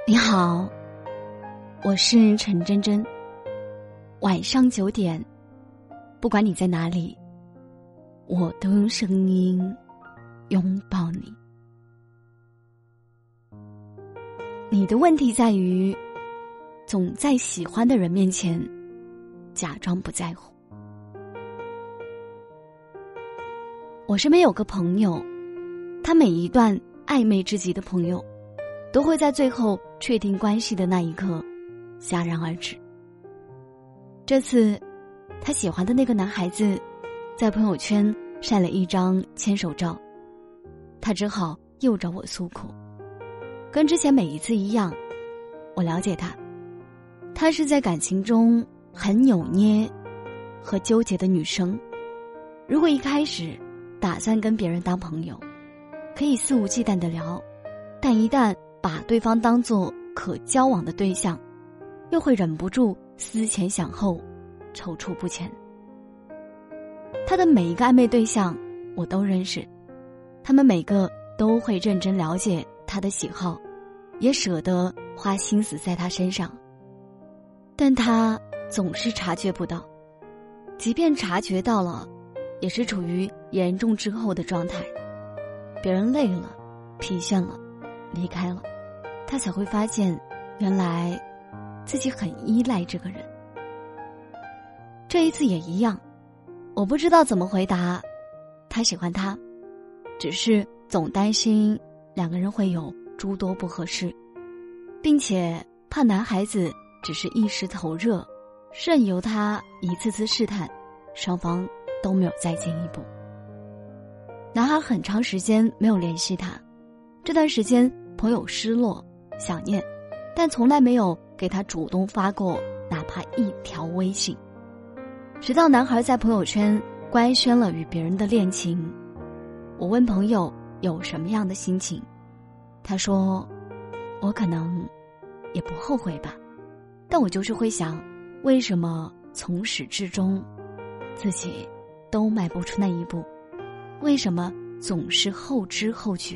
你好，我是陈真真。晚上9点，不管你在哪里，我都用声音拥抱你。你的问题在于，总在喜欢的人面前假装不在乎。我身边有个朋友，他每一段暧昧至极的朋友都会在最后确定关系的那一刻戛然而止。这次他喜欢的那个男孩子在朋友圈晒了一张牵手照，他只好又找我诉苦。跟之前每一次一样，我了解她是在感情中很扭捏和纠结的女生。如果一开始打算跟别人当朋友，可以肆无忌惮地聊，但一旦把对方当作可交往的对象，又会忍不住思前想后，踌躇不前。他的每一个暧昧对象我都认识，他们每个都会认真了解他的喜好，也舍得花心思在他身上，但他总是察觉不到，即便察觉到了，也是处于严重之后的状态。别人累了，疲倦了，离开了，他才会发现，原来自己很依赖这个人。这一次也一样，我不知道怎么回答他喜欢他，只是总担心两个人会有诸多不合适，并且怕男孩子只是一时头热，任由他一次次试探，双方都没有再进一步。男孩很长时间没有联系他，这段时间朋友失落想念，但从来没有给他主动发过哪怕一条微信。直到男孩在朋友圈官宣了与别人的恋情，我问朋友有什么样的心情，他说，我可能也不后悔吧，但我就是会想，为什么从始至终自己都迈不出那一步，为什么总是后知后觉。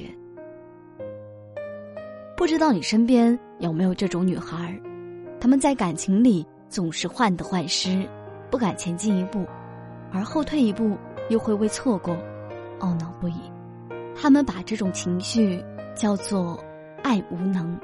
不知道你身边有没有这种女孩，她们在感情里总是患得患失，不敢前进一步，而后退一步又会为错过懊恼不已。她们把这种情绪叫做爱无能。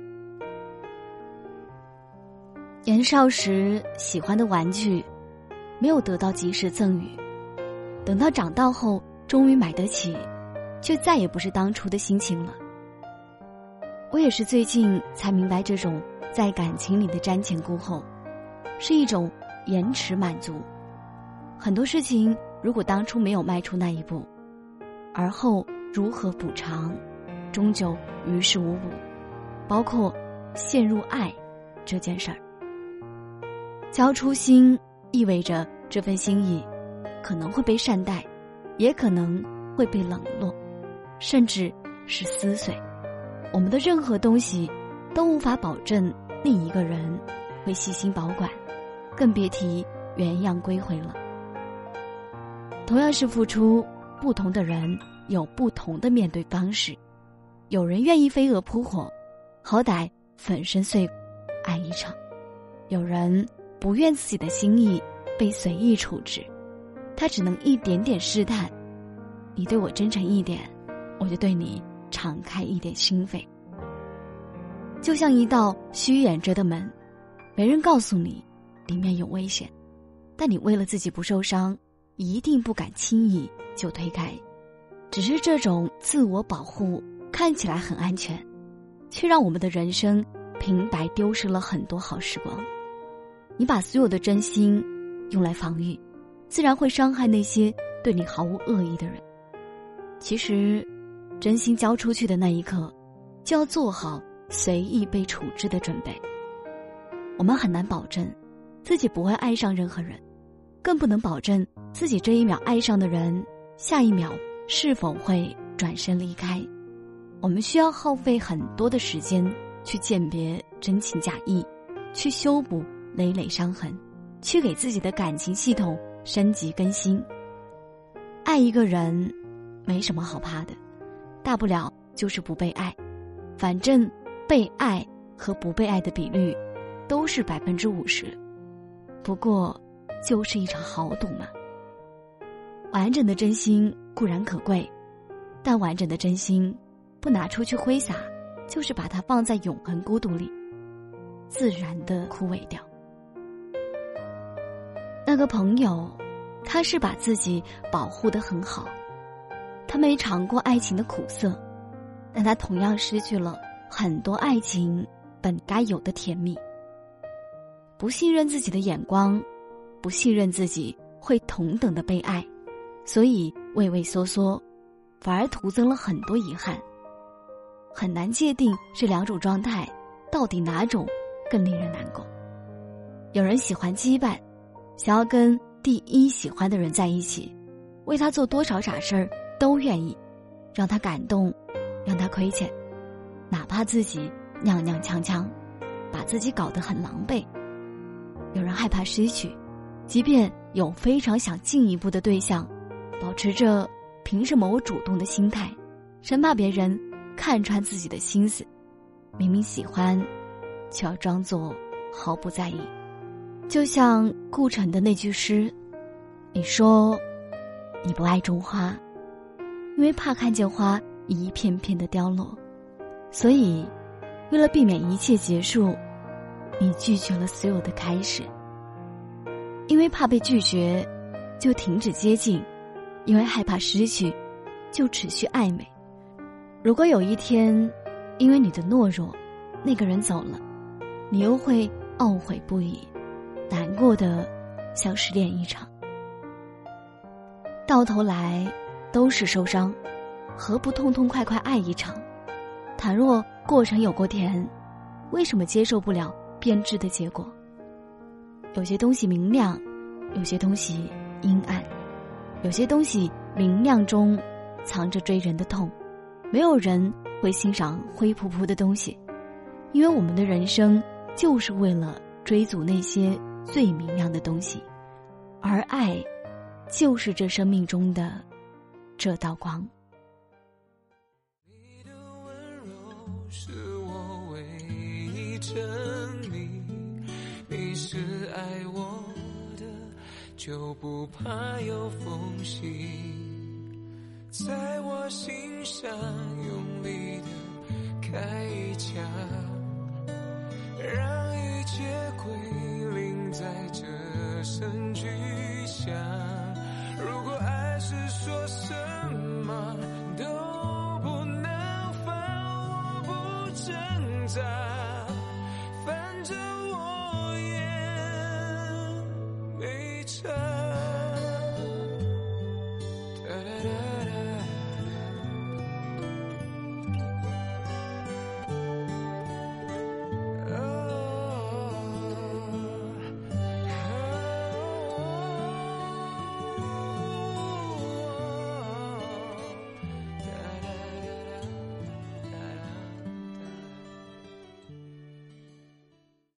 年少时喜欢的玩具没有得到及时赠予，等到长大后终于买得起，却再也不是当初的心情了。我也是最近才明白，这种在感情里的瞻前顾后是一种延迟满足。很多事情如果当初没有迈出那一步，而后如何补偿，终究于事无补，包括陷入爱这件事儿。交出心意味着这份心意可能会被善待，也可能会被冷落，甚至是撕碎。我们的任何东西都无法保证另一个人会细心保管，更别提原样归回了。同样是付出，不同的人有不同的面对方式。有人愿意飞蛾扑火，好歹粉身碎骨爱一场；有人不愿自己的心意被随意处置，他只能一点点试探，你对我真诚一点，我就对你敞开一点心扉。就像一道虚掩着的门，没人告诉你里面有危险，但你为了自己不受伤，一定不敢轻易就推开。只是这种自我保护看起来很安全，却让我们的人生平白丢失了很多好时光。你把所有的真心用来防御，自然会伤害那些对你毫无恶意的人。其实真心交出去的那一刻，就要做好随意被处置的准备。我们很难保证自己不会爱上任何人，更不能保证自己这一秒爱上的人，下一秒是否会转身离开。我们需要耗费很多的时间去鉴别真情假意，去修补累累伤痕，去给自己的感情系统升级更新。爱一个人没什么好怕的，大不了就是不被爱，反正被爱和不被爱的比率都是50%，不过就是一场豪赌嘛。完整的真心固然可贵，但完整的真心不拿出去挥洒，就是把它放在永恒孤独里，自然的枯萎掉。那个朋友，他是把自己保护得很好，他没尝过爱情的苦涩，但他同样失去了很多爱情本该有的甜蜜。不信任自己的眼光，不信任自己会同等的被爱，所以畏畏缩缩，反而徒增了很多遗憾。很难界定这两种状态到底哪种更令人难过。有人喜欢羁绊，想要跟第一喜欢的人在一起，为他做多少傻事儿都愿意，让他感动，让他亏欠，哪怕自己踉踉跄跄，把自己搞得很狼狈。有人害怕失去，即便有非常想进一步的对象，保持着凭什么我主动的心态，生怕别人看穿自己的心思，明明喜欢，却要装作毫不在意。就像顾城的那句诗，你说你不爱种花，因为怕看见花一片片的凋落，所以为了避免一切结束，你拒绝了所有的开始。因为怕被拒绝，就停止接近；因为害怕失去，就持续暧昧。如果有一天，因为你的懦弱，那个人走了，你又会懊悔不已，难过的像失恋一场。到头来都是受伤，何不痛痛快快爱一场？倘若过程有过甜，为什么接受不了变质的结果？有些东西明亮，有些东西阴暗，有些东西明亮中藏着追人的痛。没有人会欣赏灰扑扑的东西，因为我们的人生就是为了追逐那些最明亮的东西，而爱就是这生命中的这道光。 你的温柔是我唯一真理，你是爱我的，就不怕有缝隙，在我心上